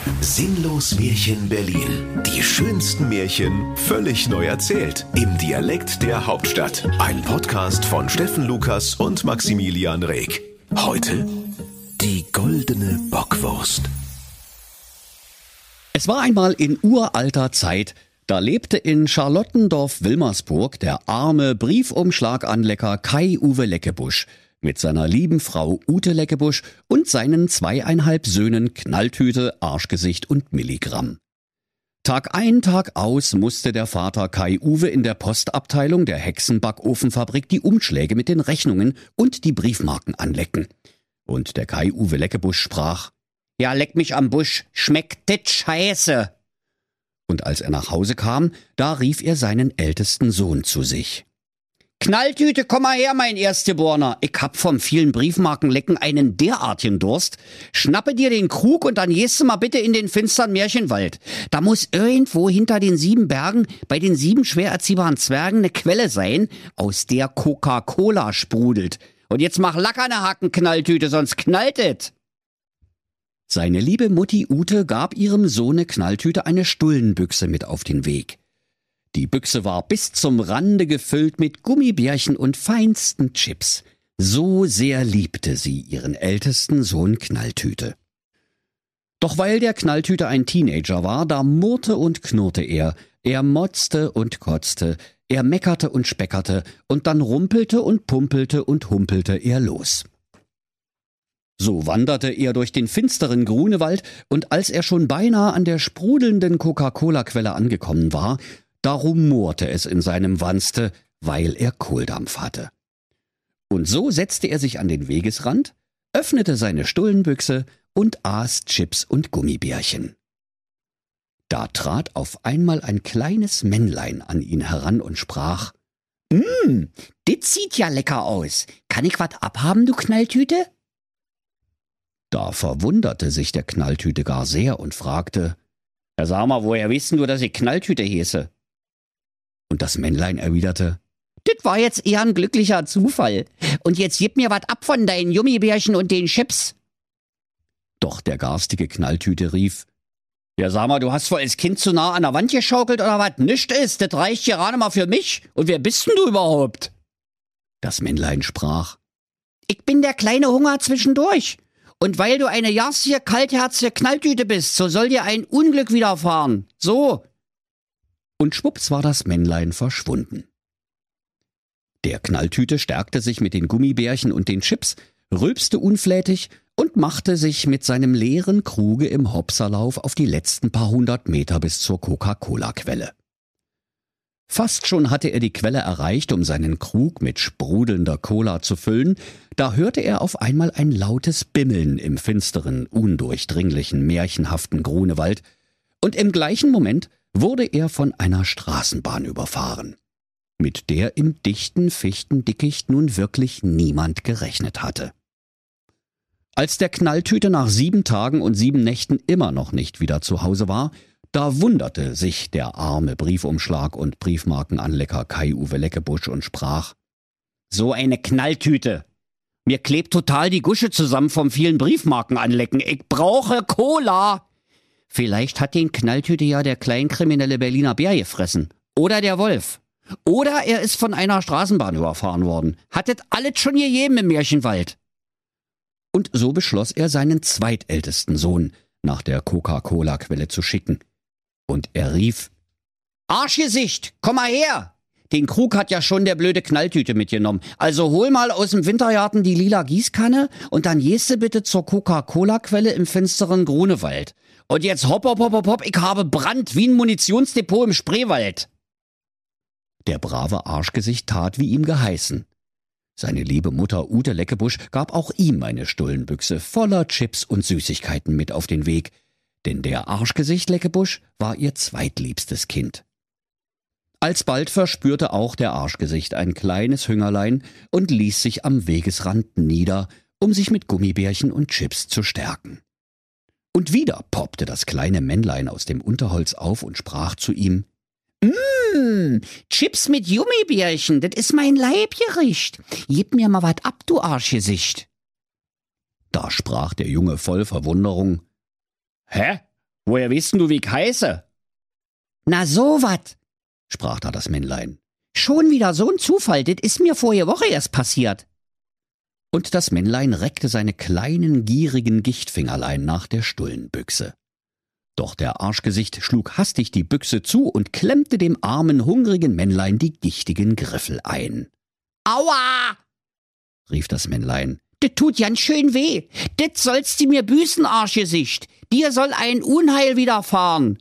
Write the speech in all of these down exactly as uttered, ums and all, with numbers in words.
Sinnlos Märchen Berlin. Die schönsten Märchen völlig neu erzählt. Im Dialekt der Hauptstadt. Ein Podcast von Steffen Lukas und Maximilian Reg. Heute die goldene Bockwurst. Es war einmal in uralter Zeit, da lebte in Charlottendorf-Wilmersburg der arme Briefumschlaganlecker Kai-Uwe Leckebusch mit seiner lieben Frau Ute Leckebusch und seinen zweieinhalb Söhnen Knalltüte, Arschgesicht und Milligramm. Tag ein, Tag aus musste der Vater Kai-Uwe in der Postabteilung der Hexenbackofenfabrik die Umschläge mit den Rechnungen und die Briefmarken anlecken. Und der Kai-Uwe Leckebusch sprach: »Ja, leck mich am Busch, schmeckt dit scheiße!« Und als er nach Hause kam, da rief er seinen ältesten Sohn zu sich. »Knalltüte, komm mal her, mein Erstgeborener. Ich hab vom vielen Briefmarkenlecken einen derartigen Durst. Schnappe dir den Krug und dann gehst du mal bitte in den finstern Märchenwald. Da muss irgendwo hinter den sieben Bergen bei den sieben schwer erziehbaren Zwergen eine Quelle sein, aus der Coca-Cola sprudelt. Und jetzt mach Lackerne Haken, Knalltüte, sonst knallt es.« Seine liebe Mutti Ute gab ihrem Sohne Knalltüte eine Stullenbüchse mit auf den Weg. Die Büchse war bis zum Rande gefüllt mit Gummibärchen und feinsten Chips. So sehr liebte sie ihren ältesten Sohn Knalltüte. Doch weil der Knalltüte ein Teenager war, da murrte und knurrte er. Er motzte und kotzte, er meckerte und speckerte, und dann rumpelte und pumpelte und humpelte er los. So wanderte er durch den finsteren Grunewald, und als er schon beinahe an der sprudelnden Coca-Cola-Quelle angekommen war, da rumorte es in seinem Wanste, weil er Kohldampf hatte. Und so setzte er sich an den Wegesrand, öffnete seine Stullenbüchse und aß Chips und Gummibärchen. Da trat auf einmal ein kleines Männlein an ihn heran und sprach: »Mmm, dit sieht ja lecker aus. Kann ich wat abhaben, du Knalltüte?« Da verwunderte sich der Knalltüte gar sehr und fragte: »Ja, sag mal, woher weißt du, dass ich Knalltüte hieße?« Und das Männlein erwiderte: »Dit war jetzt eher ein glücklicher Zufall. Und jetzt gib mir wat ab von deinen Gummibärchen und den Chips.« Doch der garstige Knalltüte rief: »Ja, sag mal, du hast wohl als Kind zu nah an der Wand geschaukelt oder was? Nischt ist, das reicht gerade mal für mich. Und wer bist denn du überhaupt?« Das Männlein sprach: »Ich bin der kleine Hunger zwischendurch. Und weil du eine jarstige, kaltherzige Knalltüte bist, so soll dir ein Unglück widerfahren. So.« Und schwupps war das Männlein verschwunden. Der Knalltüte stärkte sich mit den Gummibärchen und den Chips, rülpste unflätig und machte sich mit seinem leeren Kruge im Hopserlauf auf die letzten paar hundert Meter bis zur Coca-Cola-Quelle. Fast schon hatte er die Quelle erreicht, um seinen Krug mit sprudelnder Cola zu füllen, da hörte er auf einmal ein lautes Bimmeln im finsteren, undurchdringlichen, märchenhaften Grunewald, und im gleichen Moment wurde er von einer Straßenbahn überfahren, mit der im dichten Fichtendickicht nun wirklich niemand gerechnet hatte. Als der Knalltüte nach sieben Tagen und sieben Nächten immer noch nicht wieder zu Hause war, da wunderte sich der arme Briefumschlag- und Briefmarkenanlecker Kai-Uwe Leckebusch und sprach: »So eine Knalltüte! Mir klebt total die Gusche zusammen vom vielen Briefmarkenanlecken. Ich brauche Cola! Vielleicht hat den Knalltüte ja der kleinkriminelle Berliner Bär gefressen. Oder der Wolf. Oder er ist von einer Straßenbahn überfahren worden. Hat das alles schon gegeben im Märchenwald?« Und so beschloss er, seinen zweitältesten Sohn nach der Coca-Cola-Quelle zu schicken. Und er rief: »Arschgesicht, komm mal her! Den Krug hat ja schon der blöde Knalltüte mitgenommen. Also hol mal aus dem Wintergarten die lila Gießkanne und dann gehst du bitte zur Coca-Cola-Quelle im finsteren Grunewald. Und jetzt hopp, hopp, hopp, hopp, hopp, ich habe Brand wie ein Munitionsdepot im Spreewald.« Der brave Arschgesicht tat, wie ihm geheißen. Seine liebe Mutter Ute Leckebusch gab auch ihm eine Stullenbüchse voller Chips und Süßigkeiten mit auf den Weg, denn der Arschgesicht Leckebusch war ihr zweitliebstes Kind. Alsbald verspürte auch der Arschgesicht ein kleines Hüngerlein und ließ sich am Wegesrand nieder, um sich mit Gummibärchen und Chips zu stärken. Und wieder poppte das kleine Männlein aus dem Unterholz auf und sprach zu ihm: »Mmm, Chips mit Gummibärchen, das ist mein Leibgericht. Gib mir mal wat ab, du Arschgesicht.« Da sprach der Junge voll Verwunderung: »Hä? Woher weißt denn du, wie ich heiße? Na so wat, sprach da das Männlein. Schon wieder so ein Zufall, das ist mir vorige Woche erst passiert. Und das Männlein reckte seine kleinen, gierigen Gichtfingerlein nach der Stullenbüchse. Doch der Arschgesicht schlug hastig die Büchse zu und klemmte dem armen, hungrigen Männlein die gichtigen Griffel ein. Aua, rief das Männlein. das tut ganz schön weh. Das sollst du mir büßen, Arschgesicht. Dir soll ein Unheil widerfahren.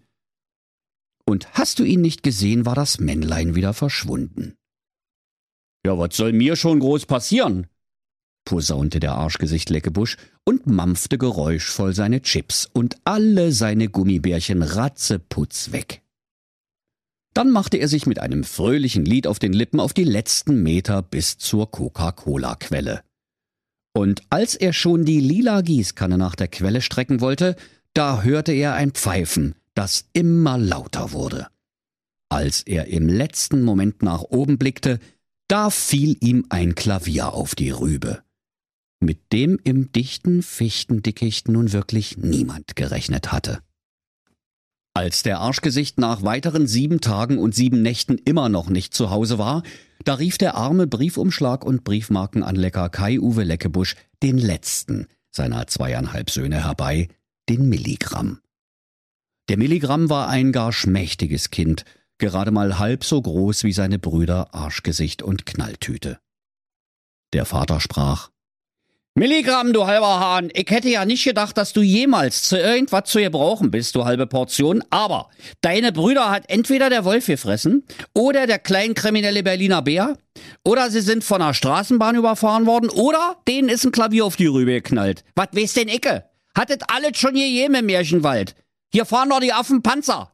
Und hast du ihn nicht gesehen, war das Männlein wieder verschwunden. Ja, was soll mir schon groß passieren? Posaunte der Arschgesicht Leckebusch und mampfte geräuschvoll seine Chips und alle seine Gummibärchen ratzeputz weg. Dann machte er sich mit einem fröhlichen Lied auf den Lippen auf die letzten Meter bis zur Coca-Cola-Quelle. Und als er schon die lila Gießkanne nach der Quelle strecken wollte, da hörte er ein Pfeifen, das immer lauter wurde. Als er im letzten Moment nach oben blickte, da fiel ihm ein Klavier auf die Rübe, mit dem im dichten Fichtendickicht nun wirklich niemand gerechnet hatte. Als der Arschgesicht nach weiteren sieben Tagen und sieben Nächten immer noch nicht zu Hause war, da rief der arme Briefumschlag- und Briefmarkenanlecker Kai-Uwe Leckebusch den letzten seiner zweieinhalb Söhne herbei, den Milligramm. Der Milligramm war ein gar schmächtiges Kind, gerade mal halb so groß wie seine Brüder Arschgesicht und Knalltüte. Der Vater sprach: »Milligramm, du halber Hahn, ich hätte ja nicht gedacht, dass du jemals zu irgendwas zu gebrauchen bist, du halbe Portion, aber deine Brüder hat entweder der Wolf gefressen oder der kleinkriminelle Berliner Bär oder sie sind von der Straßenbahn überfahren worden oder denen ist ein Klavier auf die Rübe geknallt. Was weiß denn Ecke? Hattet alles schon gegeben im Märchenwald. Hier fahren doch die Affen Panzer.«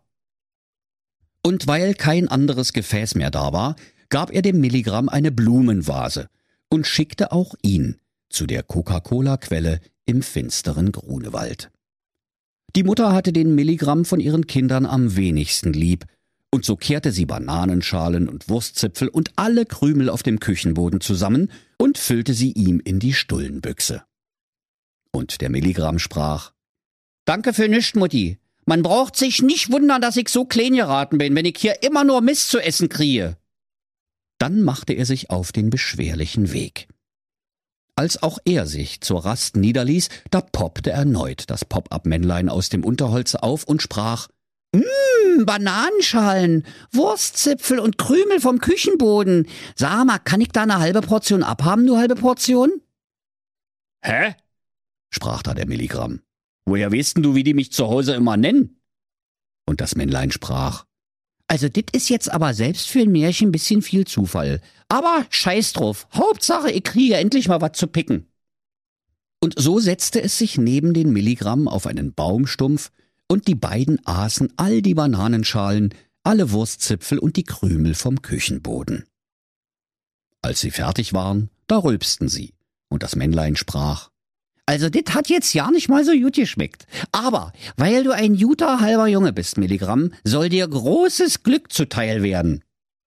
Und weil kein anderes Gefäß mehr da war, gab er dem Milligramm eine Blumenvase und schickte auch ihn zu der Coca-Cola-Quelle im finsteren Grunewald. Die Mutter hatte den Milligramm von ihren Kindern am wenigsten lieb, und so kehrte sie Bananenschalen und Wurstzipfel und alle Krümel auf dem Küchenboden zusammen und füllte sie ihm in die Stullenbüchse. Und der Milligramm sprach: »Danke für nischt, Mutti. Man braucht sich nicht wundern, dass ich so klein geraten bin, wenn ich hier immer nur Mist zu essen kriege.« Dann machte er sich auf den beschwerlichen Weg. Als auch er sich zur Rast niederließ, da poppte erneut das Pop-up-Männlein aus dem Unterholze auf und sprach: »Mmm, Bananenschalen, Wurstzipfel und Krümel vom Küchenboden. Sag mal, kann ich da eine halbe Portion abhaben, du halbe Portion?« »Hä?«, sprach da der Milligramm. »Woher weißt denn du, wie die mich zu Hause immer nennen?« Und das Männlein sprach: »Also, dit ist jetzt aber selbst für ein Märchen ein bisschen viel Zufall. Aber scheiß drauf, Hauptsache, ich kriege endlich mal was zu picken.« Und so setzte es sich neben den Milligramm auf einen Baumstumpf, und die beiden aßen all die Bananenschalen, alle Wurstzipfel und die Krümel vom Küchenboden. Als sie fertig waren, da rülpsten sie, und das Männlein sprach: »Also, dit hat jetzt ja nicht mal so gut geschmeckt. Aber, weil du ein guter halber Junge bist, Milligramm, soll dir großes Glück zuteil werden.«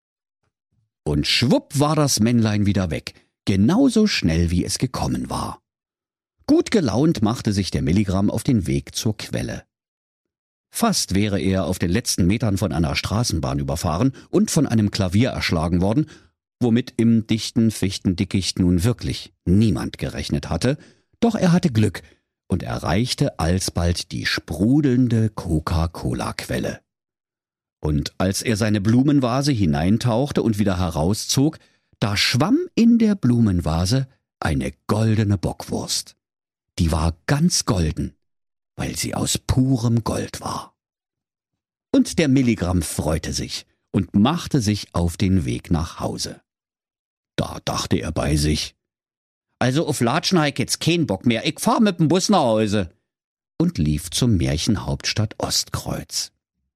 Und schwupp war das Männlein wieder weg, genauso schnell wie es gekommen war. Gut gelaunt machte sich der Milligramm auf den Weg zur Quelle. Fast wäre er auf den letzten Metern von einer Straßenbahn überfahren und von einem Klavier erschlagen worden, womit im dichten Fichtendickicht nun wirklich niemand gerechnet hatte. Doch er hatte Glück und erreichte alsbald die sprudelnde Coca-Cola-Quelle. Und als er seine Blumenvase hineintauchte und wieder herauszog, da schwamm in der Blumenvase eine goldene Bockwurst. Die war ganz golden, weil sie aus purem Gold war. Und der Milligramm freute sich und machte sich auf den Weg nach Hause. Da dachte er bei sich: »Also auf Latschen hab ich jetzt keinen Bock mehr, ich fahr mit dem Bus nach Hause«, und lief zur Märchenhauptstadt Ostkreuz.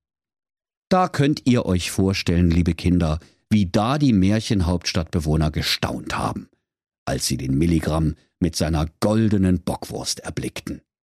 Da könnt ihr euch vorstellen, liebe Kinder, wie da die Märchenhauptstadtbewohner gestaunt haben, als sie den Milligramm mit seiner goldenen Bockwurst erblickten.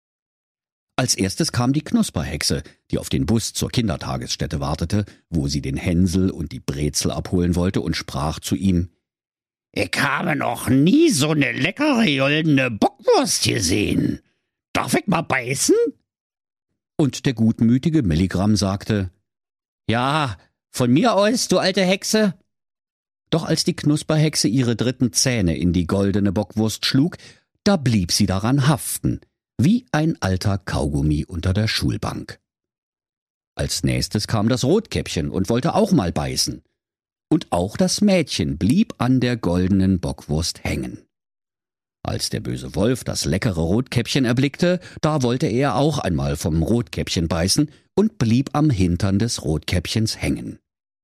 Als erstes kam die Knusperhexe, die auf den Bus zur Kindertagesstätte wartete, wo sie den Hänsel und die Brezel abholen wollte, und sprach zu ihm: »Ich habe noch nie so eine leckere goldene Bockwurst gesehen. Darf ich mal beißen?« Und der gutmütige Milligramm sagte: »Ja, von mir aus, du alte Hexe.« Doch als die Knusperhexe ihre dritten Zähne in die goldene Bockwurst schlug, da blieb sie daran haften, wie ein alter Kaugummi unter der Schulbank. Als nächstes kam das Rotkäppchen und wollte auch mal beißen. Und auch das Mädchen blieb an der goldenen Bockwurst hängen. Als der böse Wolf das leckere Rotkäppchen erblickte, da wollte er auch einmal vom Rotkäppchen beißen und blieb am Hintern des Rotkäppchens hängen.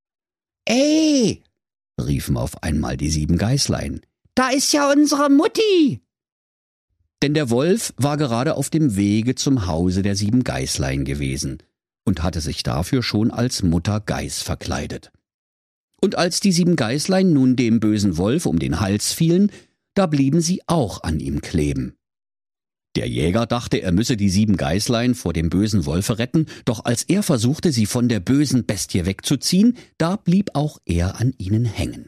»Ey«, riefen auf einmal die sieben Geißlein, »da ist ja unsere Mutti!« Denn der Wolf war gerade auf dem Wege zum Hause der sieben Geißlein gewesen und hatte sich dafür schon als Mutter Geiß verkleidet. Und als die sieben Geißlein nun dem bösen Wolf um den Hals fielen, da blieben sie auch an ihm kleben. Der Jäger dachte, er müsse die sieben Geißlein vor dem bösen Wolfe retten, doch als er versuchte, sie von der bösen Bestie wegzuziehen, da blieb auch er an ihnen hängen.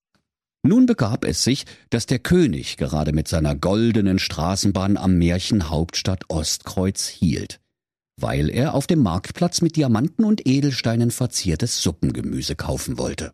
Nun begab es sich, dass der König gerade mit seiner goldenen Straßenbahn am Märchenhauptstadt Ostkreuz hielt, weil er auf dem Marktplatz mit Diamanten und Edelsteinen verziertes Suppengemüse kaufen wollte.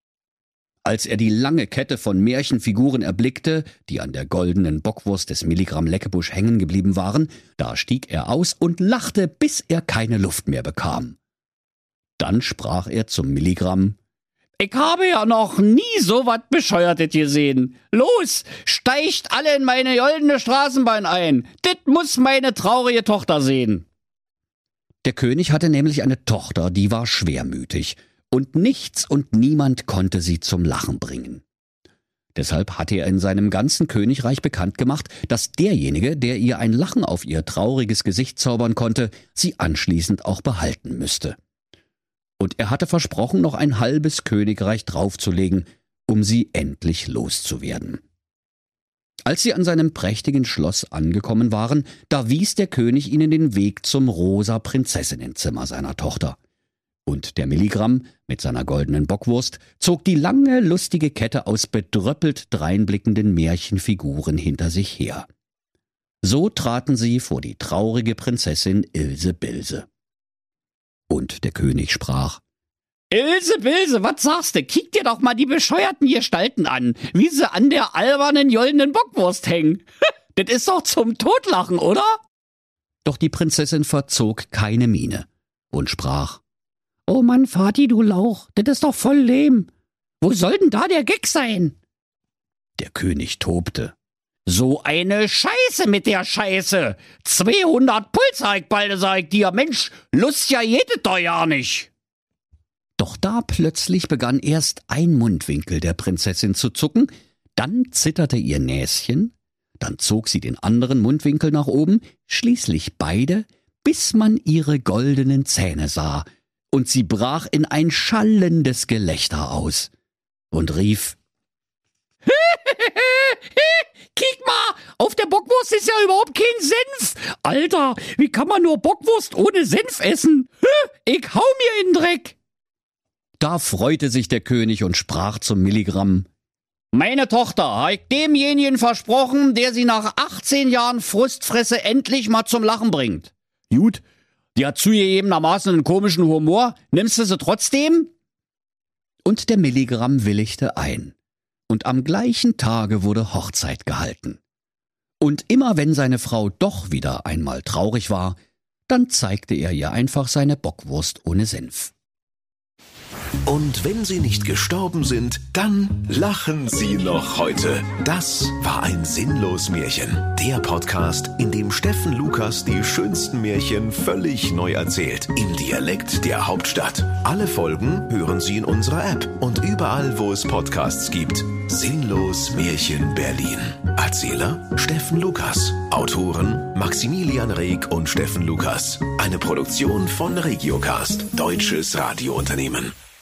Als er die lange Kette von Märchenfiguren erblickte, die an der goldenen Bockwurst des Milligramm Leckebusch hängen geblieben waren, da stieg er aus und lachte, bis er keine Luft mehr bekam. Dann sprach er zum Milligramm: »Ich habe ja noch nie so was Bescheuertes gesehen. Los, steigt alle in meine goldene Straßenbahn ein. Das muss meine traurige Tochter sehen.« Der König hatte nämlich eine Tochter, die war schwermütig, und nichts und niemand konnte sie zum Lachen bringen. Deshalb hatte er in seinem ganzen Königreich bekannt gemacht, dass derjenige, der ihr ein Lachen auf ihr trauriges Gesicht zaubern konnte, sie anschließend auch behalten müsste. Und er hatte versprochen, noch ein halbes Königreich draufzulegen, um sie endlich loszuwerden. Als sie an seinem prächtigen Schloss angekommen waren, da wies der König ihnen den Weg zum rosa Prinzessinnenzimmer seiner Tochter. Und der Milligramm mit seiner goldenen Bockwurst zog die lange, lustige Kette aus bedröppelt dreinblickenden Märchenfiguren hinter sich her. So traten sie vor die traurige Prinzessin Ilse-Bilse. Und der König sprach: »Ilse-Bilse, was sagst du? Kick dir doch mal die bescheuerten Gestalten an, wie sie an der albernen goldenen Bockwurst hängen. Das ist doch zum Totlachen, oder?« Doch die Prinzessin verzog keine Miene und sprach: »Oh Mann, Vati, du Lauch, das ist doch voll lehm. Wo soll denn da der Gag sein?« Der König tobte: »So eine Scheiße mit der Scheiße! zweihundert Puls hab ich bald, sag ich dir. Mensch, Lust ja jede doch ja nicht!« Doch da plötzlich begann erst ein Mundwinkel der Prinzessin zu zucken, dann zitterte ihr Näschen, dann zog sie den anderen Mundwinkel nach oben, schließlich beide, bis man ihre goldenen Zähne sah, und sie brach in ein schallendes Gelächter aus und rief: »Kick mal, auf der Bockwurst ist ja überhaupt kein Senf! Alter, wie kann man nur Bockwurst ohne Senf essen? Ich hau mir in den Dreck!« Da freute sich der König und sprach zum Milligramm: »Meine Tochter habe ich demjenigen versprochen, der sie nach achtzehn Jahren Frustfresse endlich mal zum Lachen bringt. Gut, die hat zugegebenermaßen einen komischen Humor. Nimmst du sie trotzdem?« Und der Milligramm willigte ein. Und am gleichen Tage wurde Hochzeit gehalten. Und immer wenn seine Frau doch wieder einmal traurig war, dann zeigte er ihr einfach seine Bockwurst ohne Senf. Und wenn sie nicht gestorben sind, dann lachen sie noch heute. Das war ein Sinnlos-Märchen. Der Podcast, in dem Steffen Lukas die schönsten Märchen völlig neu erzählt. Im Dialekt der Hauptstadt. Alle Folgen hören Sie in unserer App und überall, wo es Podcasts gibt. Sinnlos-Märchen Berlin. Erzähler Steffen Lukas. Autoren Maximilian Reg und Steffen Lukas. Eine Produktion von Regiocast, deutsches Radiounternehmen.